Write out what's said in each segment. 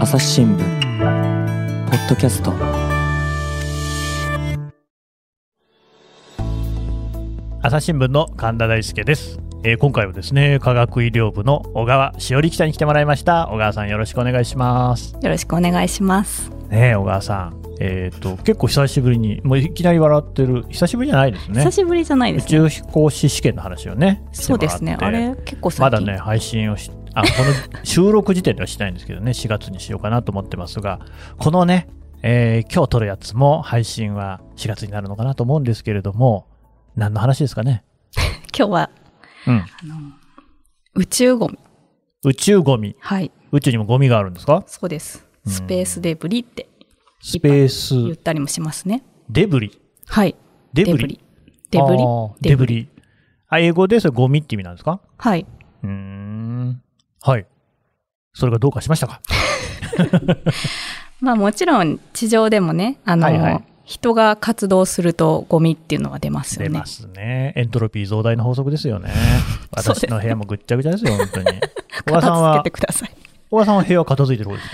朝日新聞ポッドキャスト。 朝日新聞の神田大輔です。今回はですね、科学医療部の小川しおり記者に来てもらいました。小川さん、よろしくお願いします。 よろしくお願いしますねえ、小川さん、結構久しぶりに、もういきなり笑ってる。久しぶりじゃないですね。 久しぶりじゃないですね。 宇宙飛行士試験の話をね、 そうですね。あれ結構最近まだね配信をこの収録時点ではしないんですけどね、4月にしようかなと思ってますが、このね、今日撮るやつも配信は4月になるのかなと思うんですけれども、何の話ですかね。 今日は、宇宙ゴミ。 宇宙ゴミ。 はい。 宇宙にもゴミがあるんですか？ そうです。スペースデブリってスペース言ったりもしますね。 デブリ。 はい。 デブリ。デブリ。英語でそれゴミって意味なんですか？ はい。 はい。それがどうかしましたか？ まあもちろん地上でもね、人が活動するとゴミっていうのは出ますよね。 出ますね。エントロピー増大の法則ですよね。私の部屋もぐっちゃぐちゃですよ、本当に。小川さんは、 片付けてください。 小川さんは部屋片付いてる方ですか？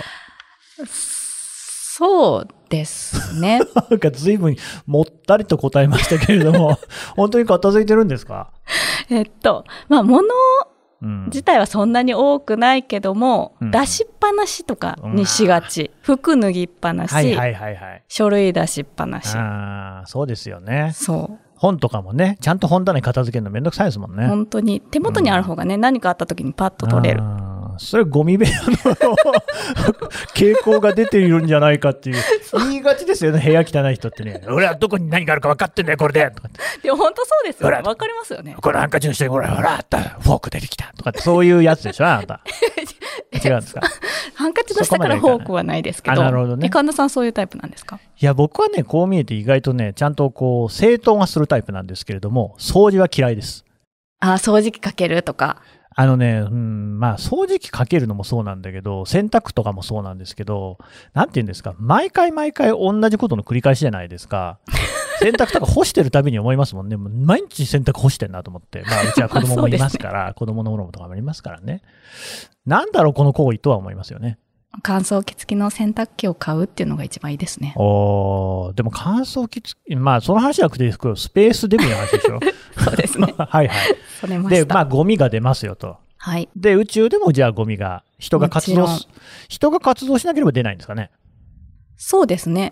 そうですね。 なんか随分もったりと答えましたけれども、本当に片付いてるんですか？ まあ物自体はそんなに多くないけども、出しっぱなしとかにしがち。服脱ぎっぱなし、書類出しっぱなし。 そうですよね。 そう。 本とかもね、ちゃんと本棚に片付けるのめんどくさいですもんね。 本当に手元にある方がね、何かあった時にパッと取れる。 それゴミ部屋の傾向が出ているんじゃないかっていう言いがちですよね。部屋汚い人ってね、俺はどこに何があるか分かってんだよこれでとかって。 でも本当そうですよね。分かりますよね。 これハンカチの下にほらフォーク出てきたとかって、そういうやつでしょ、あなた。違うんですか？ ハンカチの下からフォークはないですけど。 なるほどね。 神田さんそういうタイプなんですか？ いや、僕はね、こう見えて意外とね、ちゃんとこう整頓はするタイプなんですけれども、掃除は嫌いです。 掃除機かけるとか。 まあ掃除機かけるのもそうなんだけど、洗濯とかもそうなんですけど、なんて言うんですか、毎回同じことの繰り返しじゃないですか。洗濯とか干してるたびに思いますもんね。もう毎日洗濯干してんなと思って。まあ、うちは子供もいますから、子供のものとかもありますからね。なんだろう、この行為とは思いますよね。 乾燥機付きの洗濯機を買うっていうのが一番いいですね。 でも乾燥機付き、まあその話じゃなくてですけど、スペースデブリの話でしょ。 そうですね。 はい。 それました。 で、まあゴミが出ますよと。 はい。 で、宇宙でもじゃあゴミが、人が活動しなければ出ないんですかね。 そうですね。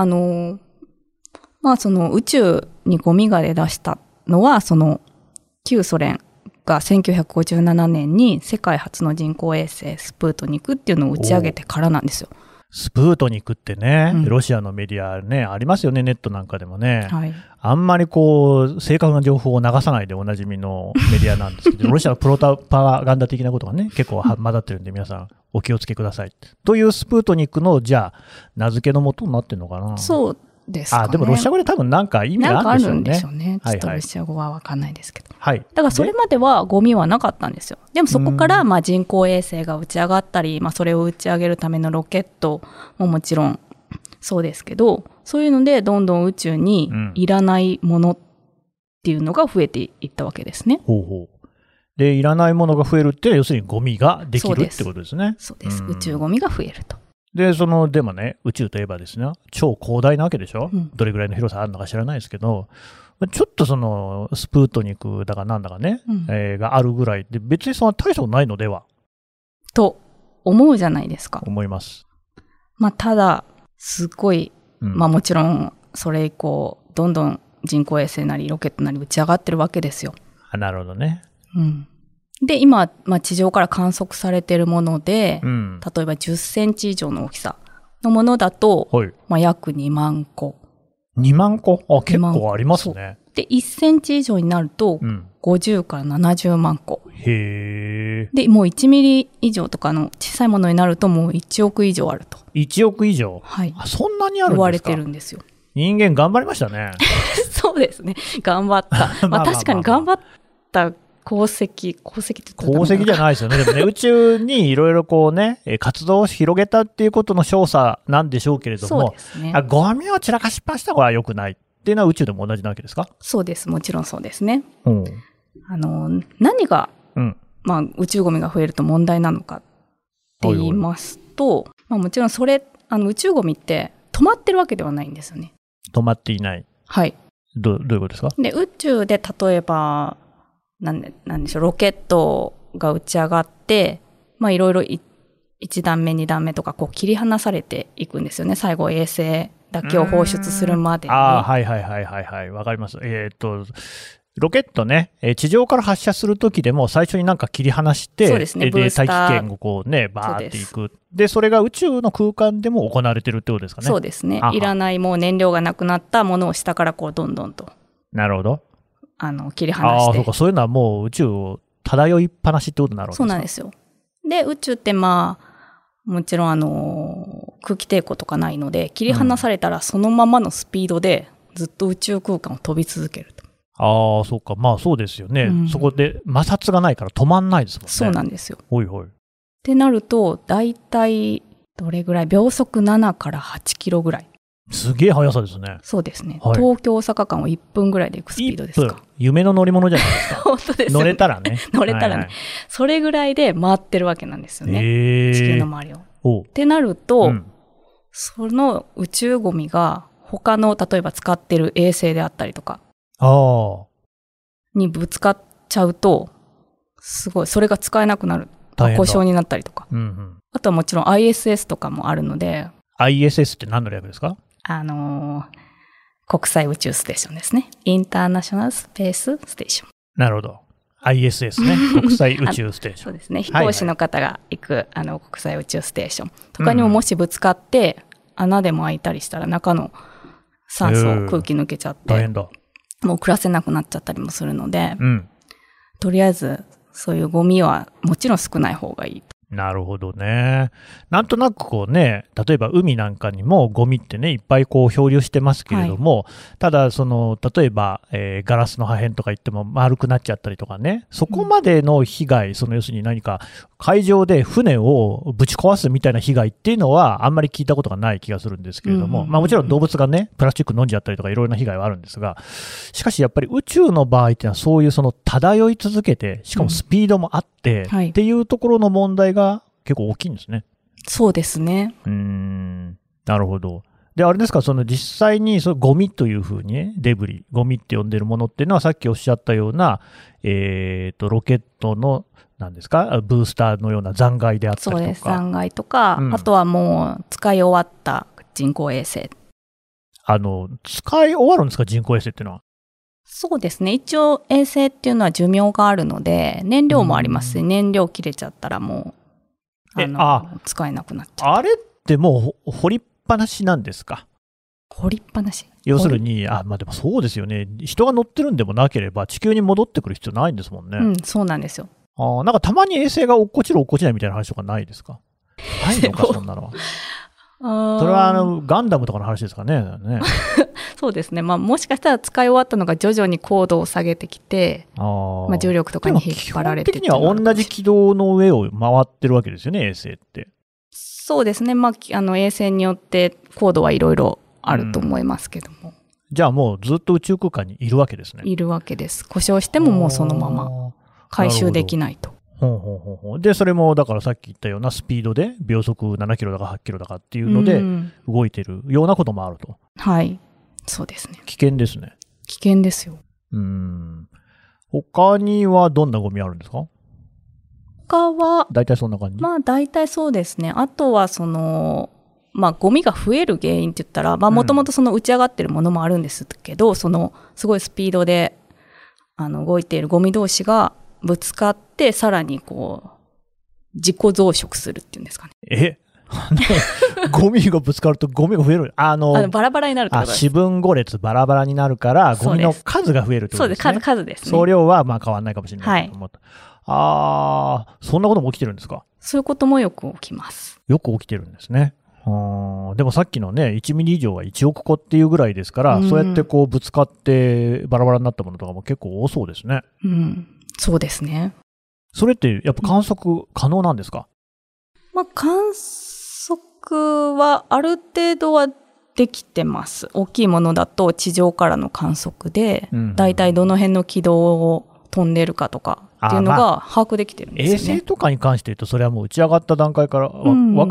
まあその宇宙にゴミが出だしたのは、その旧ソ連が1957年に世界初の人工衛星スプートニクっていうのを打ち上げてからなんですよ。 スプートニクってね、ロシアのメディアね、ありますよね、ネットなんかでもね。 はい。 あんまりこう、正確な情報を流さないでおなじみのメディアなんですけど、ロシアのプロパガンダ的なことがね、結構混ざってるんで、皆さんお気をつけください。というスプートニクの、じゃあ、名付けの元になってるのかな。 そうですかね。 でもロシア語で多分なんか意味があるんでしょうね。 ちょっとロシア語はわかんないですけど。 はい。 だからそれまではゴミはなかったんですよ。でもそこからまあ人工衛星が打ち上がったり、まあそれを打ち上げるためのロケットももちろんそうですけど、そういうのでどんどん宇宙にいらないものっていうのが増えていったわけですね。 で、いらないものが増えるって要するにゴミができるってことですね。 そうです。宇宙ゴミが増えると。 で、でもね、宇宙といえばですね、超広大なわけでしょ、どれぐらいの広さあるのか知らないですけど、ちょっとスプートニクだかなんだかね、があるぐらいで、別にそんな大したことないのではと思うじゃないですか。 思います。 まあ、ただ、すごい、まあもちろん、それ以降、どんどん人工衛星なりロケットなり打ち上がってるわけですよ。 なるほどね。 で、今、まあ、地上から観測されているもので、例えば10センチ以上の大きさのものだと、まあ、約2万個。 2万個？結構ありますね。 で、1センチ以上になると、50から70万個。 へー。 で、もう1ミリ以上とかの小さいものになると、もう1億以上あると。 1億以上？ はい。 そんなにあるんですか？ 言われてるんですよ。 人間頑張りましたね。 そうですね。頑張った。まあ確かに頑張った功績じゃないですよね。でもね、宇宙にいろいろこうね、活動を広げたっていうことの証左なんでしょうけれども、ゴミを散らかしっぱした方が良くないっていうのは宇宙でも同じなわけですか？ そうです。もちろんそうですね。何が、まあ宇宙ゴミが増えると問題なのかって言いますと、 もちろん宇宙ゴミって止まってるわけではないんですよね。 止まっていない。 はい。 どういうことですか？ で、宇宙で例えば、なんでしょう、ロケットが打ち上がって、いろいろ1段目、2段目とか切り離されていくんですよね。最後衛星だけを放出するまでに。 はい。わかります。ロケットね、地上から発射するときでも最初になんか切り離して、 そうですね、 で大気圏をバーっていく。で、それが宇宙の空間でも行われてるってことですかね。 そうですね。いらないもう燃料がなくなったものを下からどんどんと。 なるほど。 切り離して。 そうか、そういうのはもう宇宙を漂いっぱなしってことになるわけですか？ そうなんですよ。で、宇宙ってもちろん空気抵抗とかないので、切り離されたらそのままのスピードでずっと宇宙空間を飛び続けると。 そうか。そうですよね。そこで摩擦がないから止まんないですもんね。 そうなんですよ。 ほいほい。 ってなると、だいたいどれぐらい？秒速7から8キロぐらい。 すげえ速さですね。 そうですね。 はい、 東京大阪間を1分ぐらいで行くスピードですか。 夢の乗り物じゃないですか。 本当ですよね。 乗れたらね。 乗れたらね、それぐらいで回ってるわけなんですよね。地球の周りを。ってなると、その宇宙ゴミが他の例えば使ってる衛星であったりとかにぶつかっちゃうと、すごいそれが使えなくなる。故障になったりとか。あとはもちろん ISS とかもあるので。 ISS って何の略ですか？ 国際宇宙ステーションですね。インターナショナルスペースステーション。 なるほど。ISS ね。国際宇宙ステーション。 そうですね。飛行士の方が行く、国際宇宙ステーションとかにももしぶつかって、穴でも開いたりしたら中の酸素、空気抜けちゃって、 大変だ。 もう暮らせなくなっちゃったりもするので、とりあえずそういうゴミはもちろん少ない方がいい。 なるほどね。なんとなく例えば海なんかにもゴミってね、いっぱい漂流してますけれども、ただ例えば、ガラスの破片とか言っても丸くなっちゃったりとかね、そこまでの被害、要するに何か海上で船をぶち壊すみたいな被害っていうのはあんまり聞いたことがない気がするんですけれども、もちろん動物がね、プラスチック飲んじゃったりとかいろいろな被害はあるんですが、しかしやっぱり宇宙の場合っていうのはそういう漂い続けて、しかもスピードもあって、っていうところの問題が結構大きいんですね。 そうですね。 なるほど。で、あれですか、実際にゴミというふうにね、デブリ、ゴミって呼んでるものっていうのはさっきおっしゃったような、ロケットの、何ですか、ブースターのような残骸であったりとか。 そうです、残骸とか、あとはもう使い終わった人工衛星。 使い終わるんですか、人工衛星っていうのは。 そうですね。一応衛星っていうのは寿命があるので、燃料もありますし、燃料切れちゃったらもう、使えなくなっちゃう。 あれってもう掘りっぱなしなんですか？ 掘りっぱなし。 要するに、でもそうですよね。人が乗ってるんでもなければ地球に戻ってくる必要ないんですもんね。 そうなんですよ。 なんかたまに衛星が落っこちる落っこちないみたいな話とかないですか？ないのか、そんなのは。それはガンダムとかの話ですかね。 そうですね。もしかしたら使い終わったのが徐々に高度を下げてきて、重力とかに引っ張られて基本的には同じ軌道の上を回ってるわけですよね、衛星って。 そうですね。衛星によって高度はいろいろあると思いますけども。 じゃあもうずっと宇宙空間にいるわけですね。 いるわけです。故障してももうそのまま回収できないと。 で、それもだからさっき言ったようなスピードで秒速7キロだか8キロだかっていうので動いてるようなこともあると。 はい。そうですね。 危険ですね。 危険ですよ。 他にはどんなゴミあるんですか？ 他は、 大体そんな感じ？ 大体そうですね。あとはゴミが増える原因って言ったら、もともと打ち上がってるものもあるんですけど、すごいスピードで、動いているゴミ同士がぶつかって、さらに自己増殖するっていうんですかね。 ゴミがぶつかるとゴミが増える。バラバラになるってことです。 四分五列バラバラになるから、ゴミの数が増えるってことですね。 そうです。数ですね。 総量は変わんないかもしれないけども。そんなことも起きてるんですか？ そういうこともよく起きます。 よく起きてるんですね。でもさっきのね、1ミリ以上は1億個っていうぐらいですから、そうやってぶつかってバラバラになったものとかも結構多そうですね。 そうですね。 それってやっぱ観測可能なんですか？ 観測はある程度はできてます。大きいものだと地上からの観測で、だいたいどの辺の軌道を飛んでるかとかっていうのが把握できてるんですよね。 衛星とかに関して言うと、それはもう打ち上がった段階から分かっ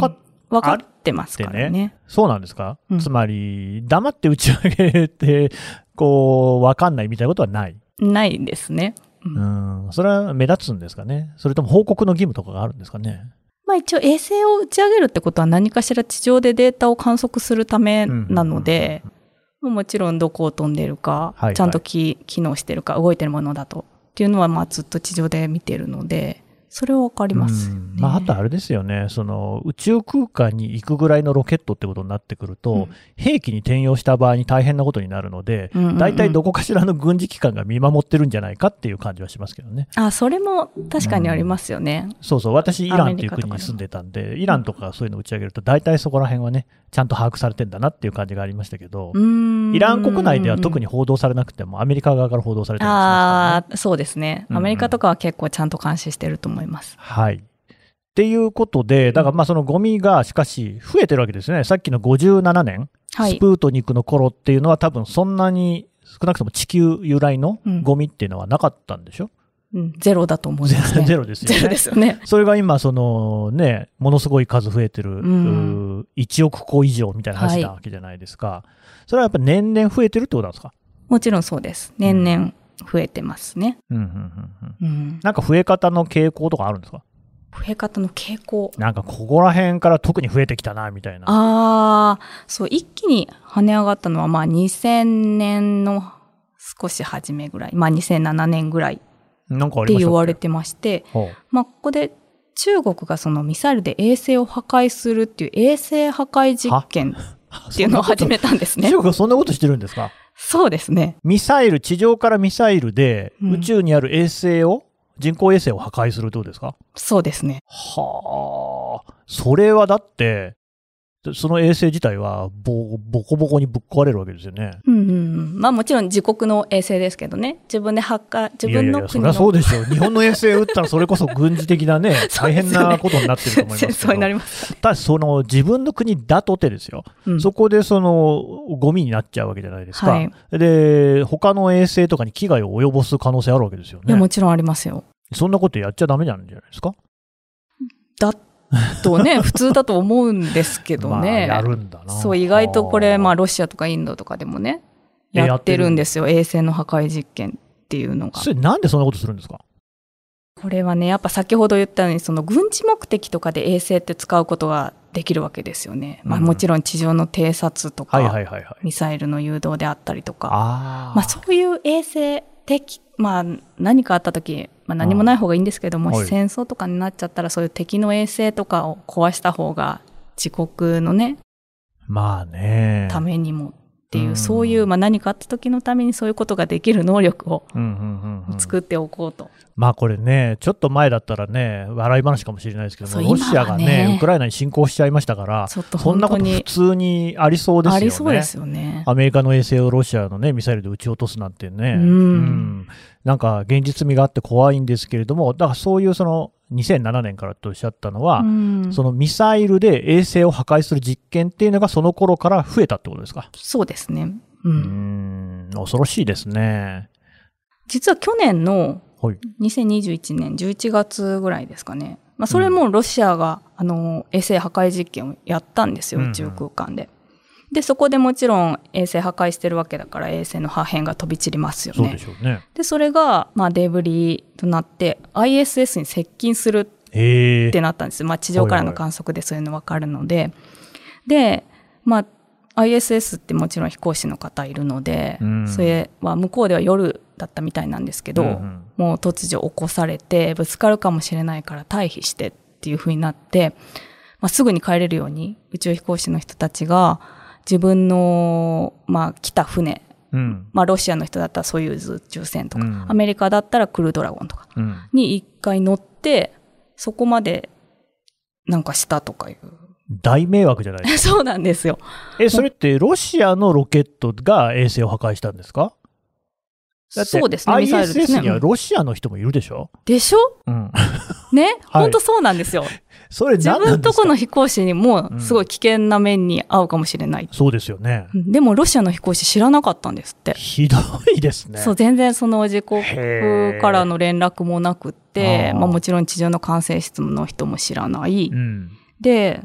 分かってますからね。 そうなんですか、 うんつまり、黙って打ち上げて、分かんないみたいなことはない。 ないですね。 それは目立つんですかね。それとも報告の義務とかがあるんですかね。 まあ一応衛星を打ち上げるってことは何かしら地上でデータを観測するためなので、もちろんどこを飛んでるか、 はいはいちゃんと機能してるか、動いてるものだとっていうのはまあずっと地上で見てるので、それはわかりますよね。 まあ、あとあれですよね、宇宙空間に行くぐらいのロケットってことになってくると、兵器に転用した場合に大変なことになるので、大体どこかしらの軍事機関が見守ってるんじゃないかっていう感じはしますけどね。 それも確かにありますよね。 そうそう、私、イランっていう国に住んでたんで、イランとかそういうの打ち上げると、大体そこら辺はね、ちゃんと把握されてんだなっていう感じがありましたけど、イラン国内では特に報道されなくても、アメリカ側から報道されたりしますからね。 そうですね。アメリカとかは結構ちゃんと監視してると思います。 はい。っていうことで、だからそのゴミがしかし増えてるわけですね。さっきの57年、スプートニクの頃っていうのは多分そんなに少なくとも地球由来のゴミっていうのはなかったんでしょ、 ゼロだと思いますね。 ゼロですよね。 ゼロですよね。 それが今ものすごい数増えてる、1億個以上みたいな話なわけじゃないですか。それはやっぱ年々増えてるってことなんですか？ もちろんそうです。年々増えてますね。 なんか増え方の傾向とかあるんですか？ 増え方の傾向。 なんかここら辺から特に増えてきたなみたいな。 そう、一気に跳ね上がったのは、まあ2000年の少し初めぐらい、まあ2007年ぐらいって言われてまして、まあここで中国がそのミサイルで衛星を破壊するっていう衛星破壊実験っていうのを始めたんですね。 中国はそんなことしてるんですか？ そうですね。 地上からミサイルで宇宙にある衛星を、人工衛星を破壊するってことですか？ そうですね。 はあ。それはだって、その衛星自体はボコボコにぶっ壊れるわけですよね。 まあもちろん自国の衛星ですけどね。自分の国の。 そりゃそうでしょう。日本の衛星撃ったらそれこそ軍事的なね、大変なことになってると思いますけど。 戦争になります、ね。 ただ自分の国だとてですよ。そこでゴミになっちゃうわけじゃないですか。はい、で、他の衛星とかに危害を及ぼす可能性あるわけですよね。 いや、もちろんありますよ。 そんなことやっちゃダメなんじゃないですか？ とね、普通だと思うんですけどね。 やるんだな。 そう、意外とこれ、まあ、ロシアとかインドとかでもね、やってるんですよ。衛星の破壊実験っていうのが。 それなんでそんなことするんですか？ これはね、やっぱ先ほど言ったように、軍事目的とかで衛星って使うことができるわけですよね。まあ、もちろん地上の偵察とか、ミサイルの誘導であったりとか、まあ、そういう衛星的、まあ、何かあった時、まあ、何もない方がいいんですけども、し戦争とかになっちゃったら、そういう敵の衛星とかを壊した方が自国のね、 まあね、 ためにもっていう、そういう、まあ、何かあった時のためにそういうことができる能力を作っておこうと。 まあこれね、ちょっと前だったらね、笑い話かもしれないですけども、ロシアがね、ウクライナに侵攻しちゃいましたから、そんなこと普通にありそうですよね。 ありそうですよね。 アメリカの衛星をロシアのね、ミサイルで撃ち落とすなんてね、なんか現実味があって怖いんですけれども、だからそういう2007年からとおっしゃったのは、そのミサイルで衛星を破壊する実験っていうのがその頃から増えたってことですか？ そうですね。 恐ろしいですね。 実は去年の2021年11月ぐらいですかね。まあ、それもロシアが、衛星破壊実験をやったんですよ、宇宙空間で。で、そこでもちろん衛星破壊してるわけだから、衛星の破片が飛び散りますよね。 そうでしょうね。 で、それが、まあ、デブリとなって、ISS に接近するってなったんです。まあ、地上からの観測でそういうの分かるので。で、まあ、ISS ってもちろん飛行士の方いるので、それは向こうでは夜だったみたいなんですけど、もう突如起こされて、ぶつかるかもしれないから退避してっていう風になって、まあ、すぐに帰れるように宇宙飛行士の人たちが自分の、まあ、来た船、まあ、ロシアの人だったらソユーズ宇宙船とか、アメリカだったらクルードラゴンとかに一回乗って、そこまでなんかしたとかいう。 大迷惑じゃないですか。 そうなんですよ。 それってロシアのロケットが衛星を破壊したんですか？だってそうですね、ミサイルですね。 ISS にはロシアの人もいるでしょ？ でしょ？ね、本当そうなんですよ。 それ自分とこの飛行士にもすごい危険な面に遭うかもしれない。 そうですよね。 でもロシアの飛行士知らなかったんですって。 ひどいですね。 そう、全然自国からの連絡もなくって、まあもちろん地上の管制室の人も知らない。で、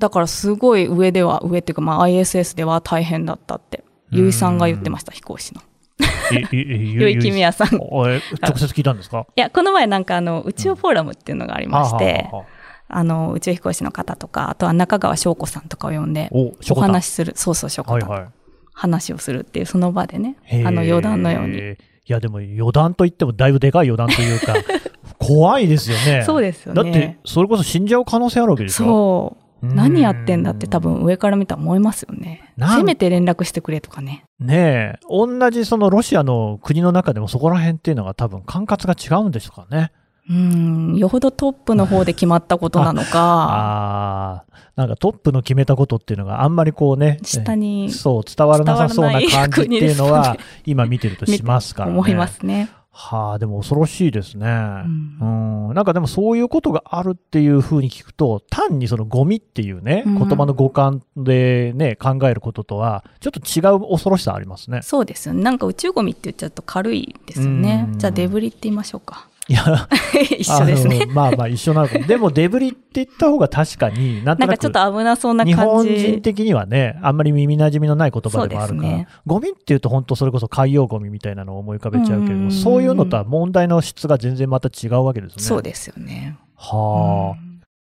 だからすごい上っていうか、まあ ISS では大変だったって、結衣さんが言ってました、飛行士の。結衣公也さん。 直接聞いたんですか？ いや、この前なんか宇宙フォーラムっていうのがありまして、宇宙飛行士の方とか、あとは中川翔子さんとかを呼んで、お話しする。そうそう、翔子さん。はいはい。話をするっていう、その場でね、余談のように。 いや、でも余談といってもだいぶでかい余談というか、怖いですよね。 そうですよね。 だって、それこそ死んじゃう可能性あるわけでしょ。 そう。何やってんだって多分上から見たら思いますよね。せめて連絡してくれとかね。 ねえ。同じそのロシアの国の中でもそこら辺っていうのが多分管轄が違うんでしょうかね。 よほどトップの方で決まったことなのか。なんかトップの決めたことっていうのがあんまりこうね、 下にそう伝わらなさそうな感じっていうのは今見てるとしますからね。 思いますね。 はあ、でも恐ろしいですね。なんかでもそういうことがあるっていうふうに聞くと、単にそのゴミっていうね、言葉の語感でね、考えることとは、ちょっと違う恐ろしさありますね。 そうですよね。なんか宇宙ゴミって言っちゃうと軽いですよね。じゃあデブリって言いましょうか。 いや、 一緒ですね。 まあ一緒なのかも。でもデブリって言った方が確かになんとなくちょっと危なそうな感じ。 日本人的にはね、あんまり耳馴染みのない言葉でもあるから、ね、ゴミっていうと本当それこそ海洋ゴミみたいなのを思い浮かべちゃうけれども、そういうのとは問題の質が全然また違うわけですね。 そうですよね。 は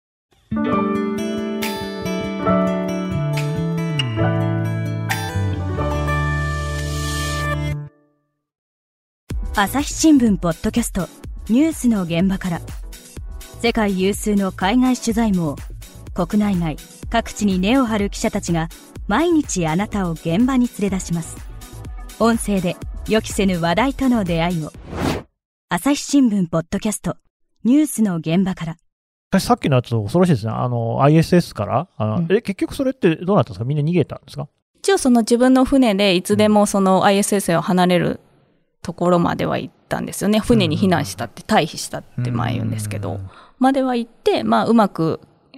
あ。朝日新聞ポッドキャストニュースの現場から、世界有数の海外取材網、国内外各地に根を張る記者たちが毎日あなたを現場に連れ出します。音声で予期せぬ話題との出会いを。朝日新聞ポッドキャストニュースの現場から。 さっきのやつ恐ろしいですね。ISS から結局それってどうなったんですか？みんな逃げたんですか？ 一応その自分の船でいつでもその ISS を離れるところまでは行ったんですよね。船に避難したって、退避したって前言うんですけど、までは行って、まあうまく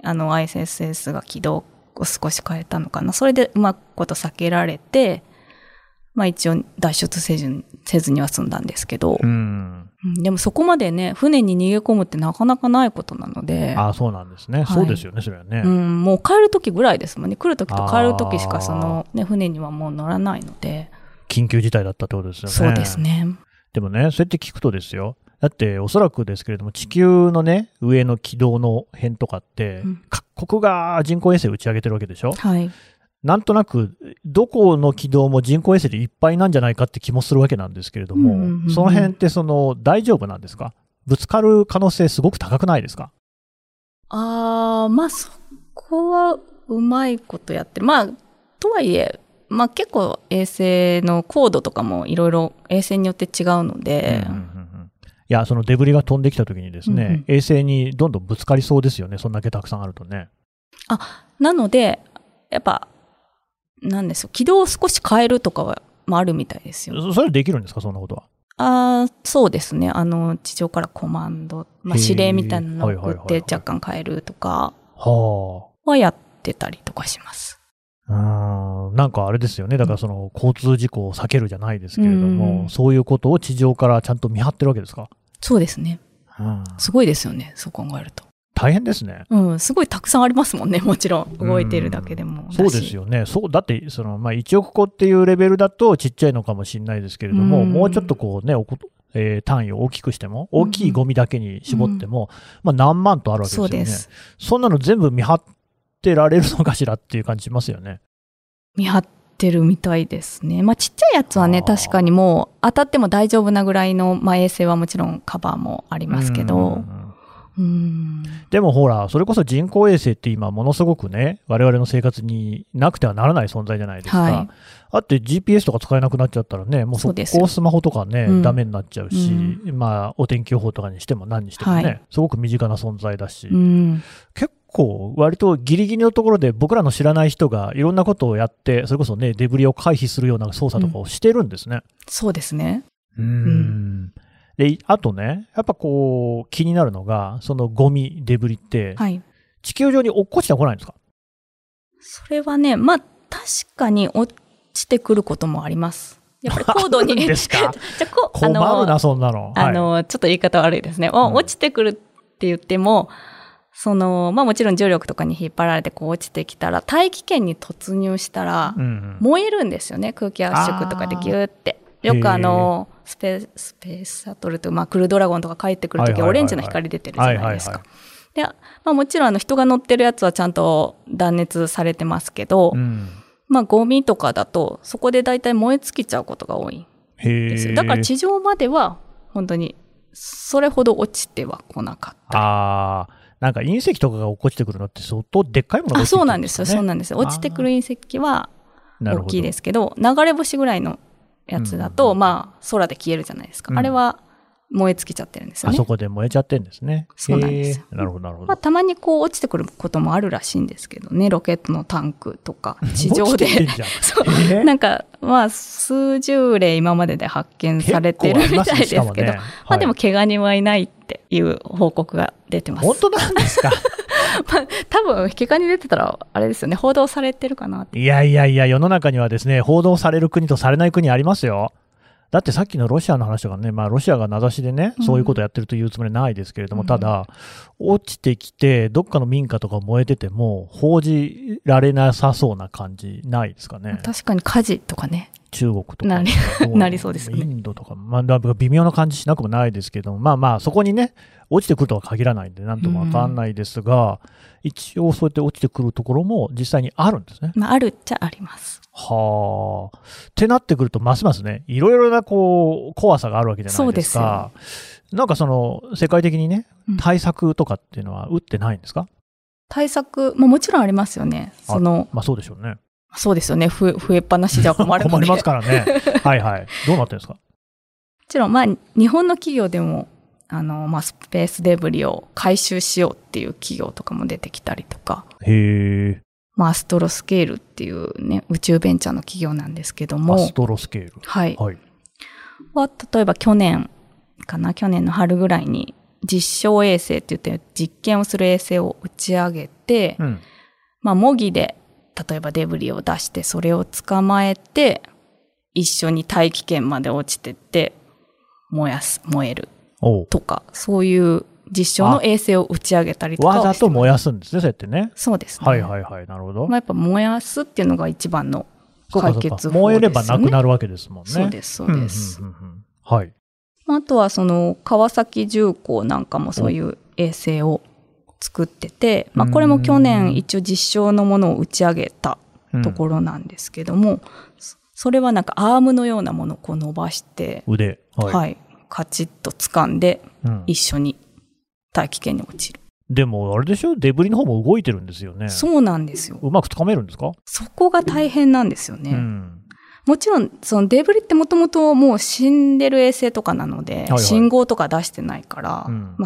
ISS が軌道を少し変えたのかな。それでうまくこと避けられて、まあ一応脱出せずには済んだんですけど、でもそこまでね、船に逃げ込むってなかなかないことなので。 ああ、そうなんですね。はい、そうですよね、それはね。 もう帰る時ぐらいですもんね。来る時と帰る時しかそのね、船にはもう乗らないので。 緊急事態だったってことですよね。 そうですね。 でもね、そうやって聞くとですよ。だっておそらくですけれども、地球のね、上の軌道の辺とかって、各国が人工衛星を打ち上げてるわけでしょ。はい。なんとなく、どこの軌道も人工衛星でいっぱいなんじゃないかって気もするわけなんですけれども、その辺って大丈夫なんですか？ぶつかる可能性すごく高くないですか？ まあそこはうまいことやってる。まあ、とはいえ、まあ結構衛星の高度とかもいろいろ衛星によって違うので、 いや、そのデブリが飛んできた時にですね、衛星にどんどんぶつかりそうですよね。そんだけたくさんあるとね。 なので、やっぱ、なんですよ。軌道を少し変えるとかは、あるみたいですよ。 それできるんですか？そんなことは。 そうですね。地上からコマンド、指令みたいなのを送って若干変えるとかはやってたりとかします。 なんかあれですよね。だから交通事故を避けるじゃないですけれども、そういうことを地上からちゃんと見張ってるわけですか？ そうですね。すごいですよね。そう考えると。 大変ですね。 すごいたくさんありますもんね。もちろん。動いてるだけでも。 そうですよね。だって、1億個っていうレベルだとちっちゃいのかもしれないですけれども、もうちょっとこうね、単位を大きくしても、大きいゴミだけに絞っても、何万とあるわけですよね。そうです。そんなの全部見張ってられるのかしらっていう感じしますよね。 見張ってるみたいですね。ちっちゃいやつはね、確かにもう当たっても大丈夫なぐらいの、衛星はもちろんカバーもありますけど、 でもほら、それこそ人工衛星って今ものすごくね、我々の生活になくてはならない存在じゃないですか。はい、あって GPS とか使えなくなっちゃったらね、もうそこスマホとかね、ダメになっちゃうし、お天気予報とかにしても何にしてもね、すごく身近な存在だし、結構割とギリギリのところで僕らの知らない人がいろんなことをやって、それこそね、デブリを回避するような操作とかをしてるんですね。 そうですね。 で、あとね、やっぱ気になるのが、そのゴミ、デブリって、地球上に落っこちてこないんですか？ それはね、確かに落ちてくることもあります。やっぱり高度に。 ですか？困るな、そんなの。 ちょっと言い方悪いですね。落ちてくるって言っても、 もちろん重力とかに引っ張られてこう落ちてきたら、大気圏に突入したら、燃えるんですよね。空気圧縮とかでギューって。よくスペースシャトルとか、クルードラゴンとか帰ってくるとき、オレンジの光出てるじゃないですか。で、もちろん人が乗ってるやつはちゃんと断熱されてますけど、ゴミとかだと、そこでだいたい燃え尽きちゃうことが多いんですよ。だから地上までは、本当に、それほど落ちては来なかった。 なんか隕石とかが落っこちてくるのって相当でっかいものが落ちてくるんですかね。 そうなんですよ。落ちてくる隕石は大きいですけど、流れ星ぐらいのやつだと、空で消えるじゃないですか。あれは燃え尽きちゃってるんですよね。 あそこで燃えちゃってるんですね。 そうなんですよ。 なるほど、なるほど。 たまに落ちてくることもあるらしいんですけどね、ロケットのタンクとか、地上で。そうなんか、数十例今までで発見されてるみたいですけど、でも怪我人はいないっていう報告が出てます。 本当なんですか？ 多分、怪我人出てたら、あれですよね、報道されてるかなって。 いや、世の中にはですね、報道される国とされない国ありますよ。だってさっきのロシアの話とかね、ロシアが名指しでね、そういうことをやってるというつもりはないですけれども、ただ、落ちてきて、どっかの民家とか燃えてても、報じられなさそうな感じないですかね。 確かに火事とかね。 中国とかなりそうですね。 インドとか、微妙な感じしなくもないですけども、そこにね、落ちてくるとは限らないんで、なんともわかんないですが、一応そうやって落ちてくるところも実際にあるんですね。 あるっちゃあります。 はあ。ってなってくると、ますますね、いろいろな怖さがあるわけじゃないですか。そうですよ。なんか世界的にね、対策とかっていうのは打ってないんですか？ 対策、もちろんありますよね。 そうでしょうね。 そうですよね。増えっぱなしじゃ困るので。 困りますからね。はいはい。どうなってるんですか？もちろん、日本の企業でも、スペースデブリを回収しようっていう企業とかも出てきたりとか。 へー。 アストロスケールっていうね、宇宙ベンチャーの企業なんですけども。 アストロスケール。 はい。例えば去年の春ぐらいに実証衛星って言って実験をする衛星を打ち上げて、模擬で例えばデブリを出してそれを捕まえて一緒に大気圏まで落ちてって燃えるとか、そういう実証の衛星を打ち上げたりとか。 わざと燃やすんですね、そうやってね。 そうですね。 はいはいはい、なるほど。 やっぱ燃やすっていうのが一番の解決法ですよね。 燃えればなくなるわけですもんね。 そうです、そうです。 はい。 あとは川崎重工なんかもそういう衛星を作ってて、これも去年一応実証のものを打ち上げたところなんですけども、それはなんかアームのようなものを伸ばして、 腕。 はい。カチッと掴んで、一緒に大気圏に落ちる。 でも、あれでしょ？デブリの方も動いてるんですよね。 そうなんですよ。 うまく掴めるんですか？そこが大変なんですよね。もちろん、デブリってもともともう死んでる衛星とかなので、信号とか出してないから、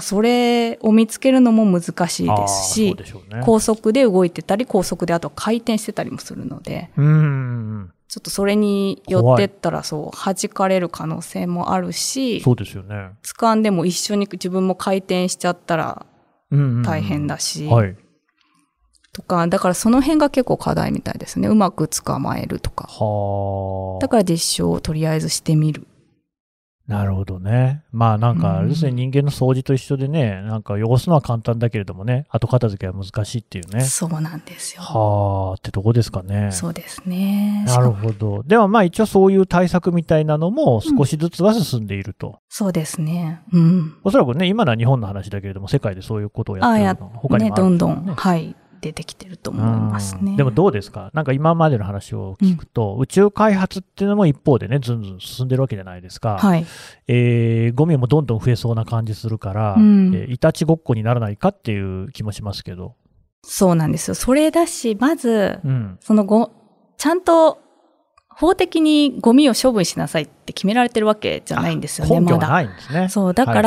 それを見つけるのも難しいですし、高速で動いてたり、高速であと回転してたりもするので、ちょっとそれによってったら弾かれる可能性もあるし、 そうですよね。 掴んでも一緒に自分も回転しちゃったら大変だし、とか、だからその辺が結構課題みたいですね。うまく捕まえるとか。だから実証をとりあえずしてみる。 なるほどね。なんか、要するに人間の掃除と一緒でね、なんか汚すのは簡単だけれどもね、後片付けは難しいっていうね。 そうなんですよ。 ってとこですかね。 そうですね。 なるほど。では一応そういう対策みたいなのも少しずつは進んでいると。 そうですね。 おそらくね、今のは日本の話だけれども、世界でそういうことをやってるの他にもあるんですね。 どんどん、はい。出てきてると思いますね。 でもどうですか？なんか今までの話を聞くと、宇宙開発っていうのも一方でね、ずんずん進んでるわけじゃないですか。 はい。 ゴミもどんどん増えそうな感じするから、いたちごっこにならないかっていう気もしますけど。 そうなんですよ。それだし、まず、ちゃんと法的にゴミを処分しなさいって決められてるわけじゃないんですよね、 まだ。根拠がないんですね。 そう、だから、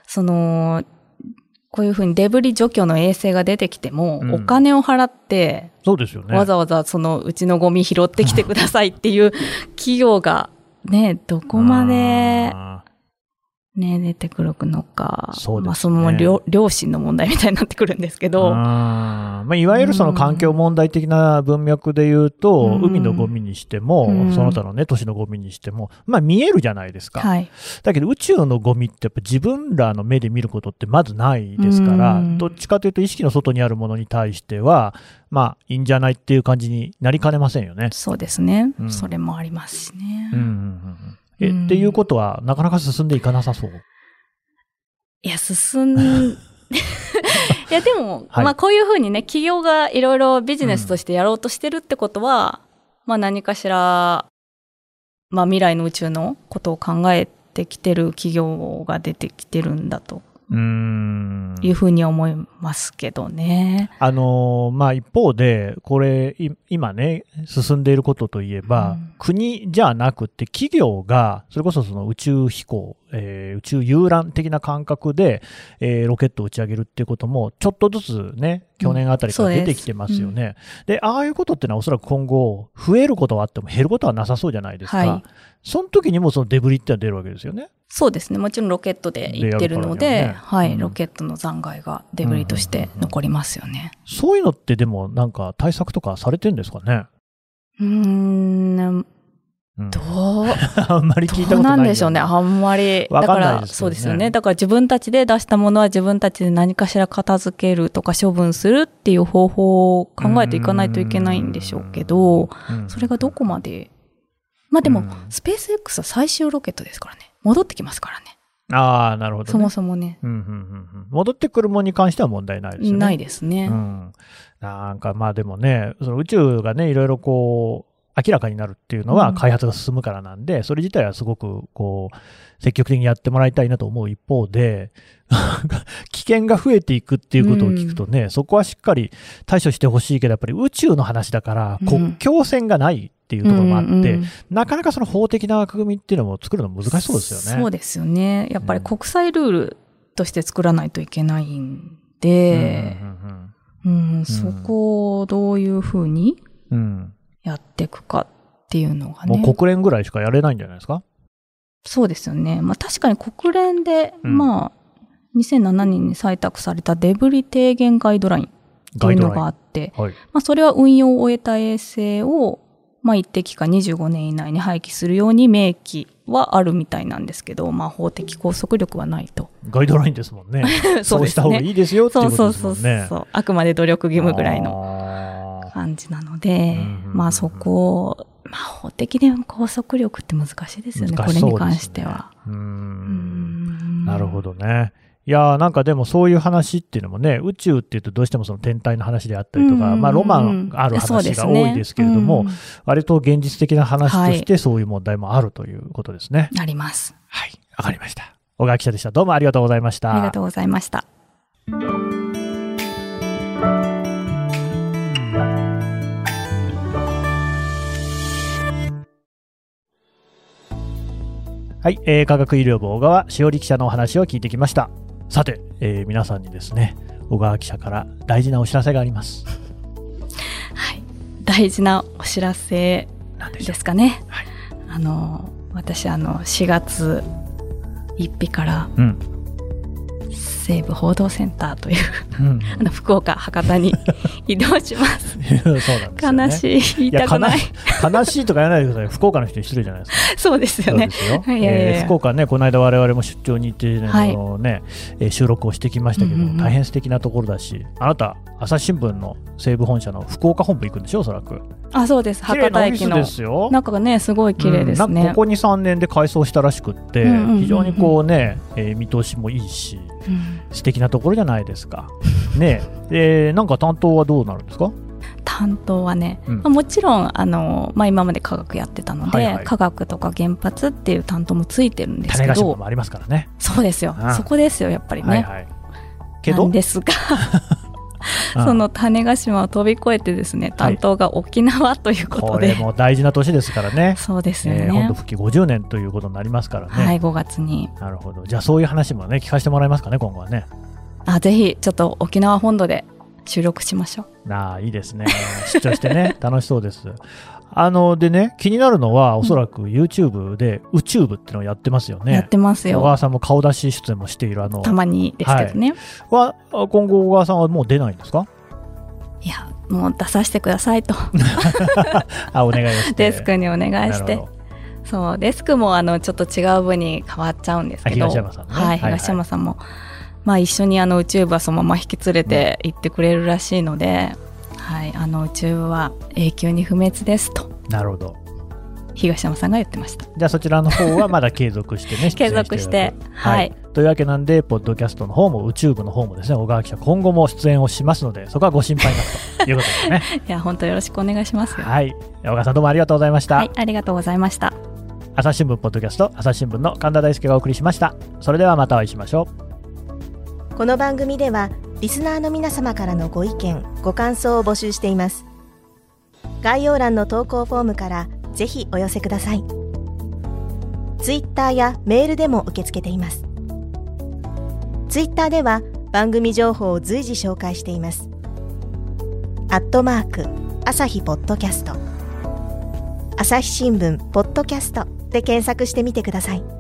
こういうふうにデブリ除去の衛星が出てきても、お金を払って、 そうですよね。 わざわざうちのゴミ拾ってきてくださいっていう企業がね、どこまで、ね、出てくるのか。 そうですね。 その良心の問題みたいになってくるんですけど。 いわゆるその環境問題的な文脈で言うと、海のゴミにしても、その他のね、都市のゴミにしても、見えるじゃないですか。 はい、 だけど宇宙のゴミってやっぱ自分らの目で見ることってまずないですから、どっちかというと意識の外にあるものに対しては、いいんじゃないっていう感じになりかねませんよね。 そうですね。それもありますしね。 っていうことは、なかなか進んでいかなさそう。 いや、いや、でも、こういうふうにね、企業がいろいろビジネスとしてやろうとしてるってことは、何かしら、未来の宇宙のことを考えてきてる企業が出てきてるんだと。いうふうに思いますけどね。 一方で、これ、今ね、進んでいることといえば、国じゃなくて企業が、それこそその宇宙飛行、宇宙遊覧的な感覚で、ロケットを打ち上げるっていうことも、ちょっとずつね、去年あたりから出てきてますよね。で、ああいうことってのはおそらく今後、増えることはあっても減ることはなさそうじゃないですか。その時にもそのデブリってのは出るわけですよね。 そうですね。もちろんロケットで行ってるので、ロケットの残骸がデブリとして残りますよね。 そういうのってでもなんか対策とかされてるんですかね？あんまり聞いたことない。 どうなんでしょうね。あんまり。だから、そうですよね。だから自分たちで出したものは自分たちで何かしら片付けるとか処分するっていう方法を考えていかないといけないんでしょうけど、それがどこまで。でも、スペース X は最終ロケットですからね。戻ってきますからね。 ああ、なるほど、ね。 そもそもね。 戻ってくるものに関しては問題ないですよね。 ないですね。 なんかでもね、その宇宙がね、いろいろこう、明らかになるっていうのは開発が進むからなんで、それ自体はすごくこう、積極的にやってもらいたいなと思う一方で、危険が増えていくっていうことを聞くとね、そこはしっかり対処してほしいけど、やっぱり宇宙の話だから国境線がないっていうところもあって、なかなかその法的な枠組みっていうのも作るの難しそうですよね。 そうですよね。やっぱり国際ルールとして作らないといけないんで、そこをどういうふうにやっていくかっていうのがね。 もう国連ぐらいしかやれないんじゃないですか？ そうですよね。確かに国連で、2007年に採択されたデブリ低減ガイドラインというのがあって、それは運用を終えた衛星を、一定期間25年以内に廃棄するように明記はあるみたいなんですけど、法的拘束力はないと。 ガイドラインですもんね。そうした方がいいですよっていうことですもんね。 そう。あくまで努力義務ぐらいの感じなので、そこを、法的で拘束力って難しいですよね、これに関しては。 なるほどね。いやなんかでもそういう話っていうのもね、宇宙っていうとどうしてもその天体の話であったりとか、ロマンある話が多いですけれども、割と現実的な話としてそういう問題もあるということですね。 あります。 はい、わかりました。小川記者でした。どうもありがとうございました。 ありがとうございました。 はい、科学医療部小川しおり記者のお話を聞いてきました。さて、皆さんにですね、小川記者から大事なお知らせがあります。 はい、大事なお知らせですかね。はい、私4月1日から、西部報道センターという、福岡博多に移動します。 そうなんですよね。 悲しい、言いたくない。 悲しいとか言わないでください。福岡の人に失礼じゃないですか。 そうですよね。 福岡ね、この間我々も出張に行って収録をしてきましたけど、大変素敵なところだし、あなた朝日新聞の西部本社の福岡本部行くんでしょ、おそらく。 あ、そうです。博多駅の中がね、すごい綺麗ですね。 ここ2、3年で改装したらしくって、非常にこうね、見通しもいいし、素敵なところじゃないですか。ね、なんか担当はどうなるんですか？ 担当はね、もちろん今まで科学やってたので、科学とか原発っていう担当もついてるんですけど、 種子島もありますからね。 そうですよ、そこですよやっぱりね。けどなんですがその種子島を飛び越えてですね、担当が沖縄ということで、 これも大事な年ですからね。 そうですよね。 本土復帰50年ということになりますからね。 はい、5月に。 なるほど。じゃあそういう話もね聞かせてもらえますかね、今後はね。 ぜひちょっと沖縄本土で収録しましょう。いいですね。出張してね楽しそうです。でね、気になるのはおそらく YouTube で宇宙部っていうのをやってますよね。 やってますよ。 小川さんも顔出し出演もしているたまにですけどね。 今後小川さんはもう出ないんですか？ いやもう出させてくださいとお願いをしてデスクにお願いして、そうデスクもちょっと違う部に変わっちゃうんですけど、 東山さんね、 はい、東山さんも、まあ、一緒に宇宙部はそのまま引き連れて行ってくれるらしいので、はい、宇宙部は永久に不滅ですと。 なるほど、 東山さんが言ってました。 じゃあそちらの方はまだ継続してね継続してはい、 というわけなんでポッドキャストの方も宇宙部の方もですね、小川記者今後も出演をしますので、そこはご心配なくということですねいや本当よろしくお願いしますよ。 はい、小川さんどうもありがとうございました。 はい、ありがとうございました。 朝日新聞ポッドキャスト、朝日新聞の神田大輔がお送りしました。それではまたお会いしましょう。この番組ではリスナーの皆様からのご意見ご感想を募集しています。概要欄の投稿フォームからぜひお寄せください。ツイッターやメールでも受け付けています。ツイッターでは番組情報を随時紹介しています。@朝日ポッドキャスト、朝日新聞ポッドキャストで検索してみてください。